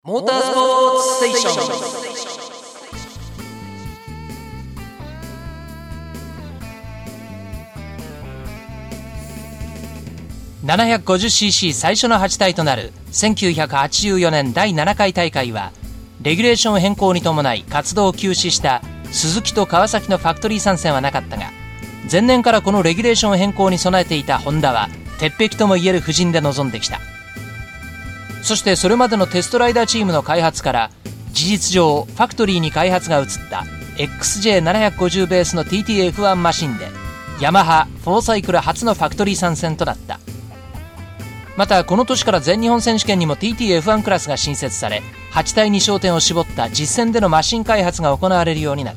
モータースポーツステーション。750cc 最初の8体となる1984年第7回大会はレギュレーション変更に伴い活動を休止したスズキと川崎のファクトリー参戦はなかったが、前年からこのレギュレーション変更に備えていたホンダは鉄壁ともいえる布陣で臨んできた。そしてそれまでのテストライダーチームの開発から事実上ファクトリーに開発が移った XJ750 ベースの TTF1 マシンでヤマハフォーサイクル初のファクトリー参戦となった。またこの年から全日本選手権にも TTF1 クラスが新設され、8体に焦点を絞った実戦でのマシン開発が行われるようになった。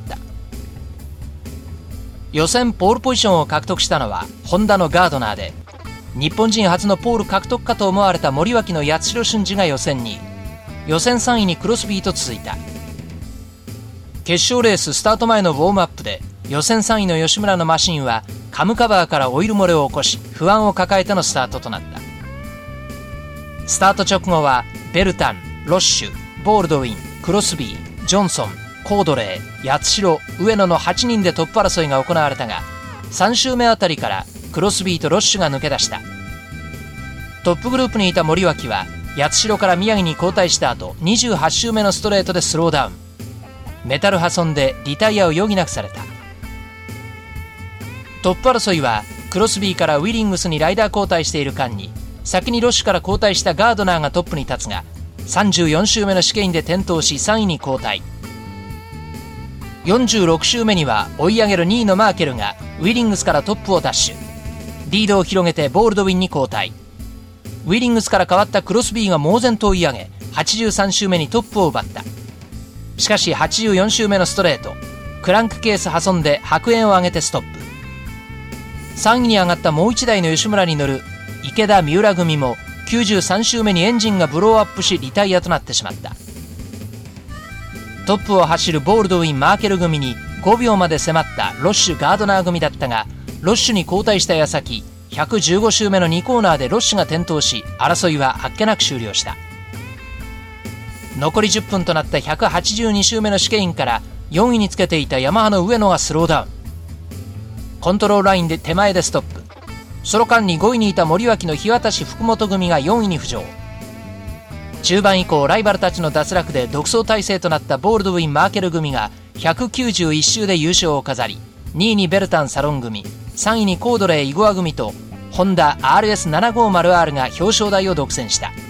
予選ポールポジションを獲得したのはホンダのガードナーで、日本人初のポール獲得かと思われた森脇の八代俊二が予選2位、予選3位にクロスビーと続いた。決勝レーススタート前のウォームアップで予選3位の吉村のマシンはカムカバーからオイル漏れを起こし、不安を抱えてのスタートとなった。スタート直後はベルタン、ロッシュ、ボールドウィン、クロスビー、ジョンソン、コードレー、八代、上野の8人でトップ争いが行われたが、3周目あたりからクロスビーとロッシュが抜け出した。トップグループにいた森脇は八代から宮城に交代した後、28周目のストレートでスローダウン、メタル破損でリタイアを余儀なくされた。トップ争いはクロスビーからウィリングスにライダー交代している間に、先にロッシュから交代したガードナーがトップに立つが、34周目の試験で転倒し3位に後退。46周目には追い上げる2位のマーケルがウィリングスからトップをダッシュ、リードを広げてボールドウィンに交代。ウィリングスから変わったクロスビーが猛然と追い上げ、83周目にトップを奪った。しかし84周目のストレート、クランクケース破損で白煙を上げてストップ。3位に上がったもう1台の吉村に乗る池田三浦組も93周目にエンジンがブローアップしリタイアとなってしまった。トップを走るボールドウィンマーケル組に5秒まで迫ったロッシュガードナー組だったが、ロッシュに交代した矢先、115周目の2コーナーでロッシュが転倒し、争いはあっけなく終了した。残り10分となった182周目の試験から4位につけていたヤマハの上野がスローダウン、コントロールラインで手前でストップ。その間に5位にいた森脇の日渡福本組が4位に浮上。中盤以降ライバルたちの脱落で独走体制となったボールドウィンマーケル組が191周で優勝を飾り、2位にベルタンサロン組、3位にコードレーイゴア組とホンダ RS750R が表彰台を独占した。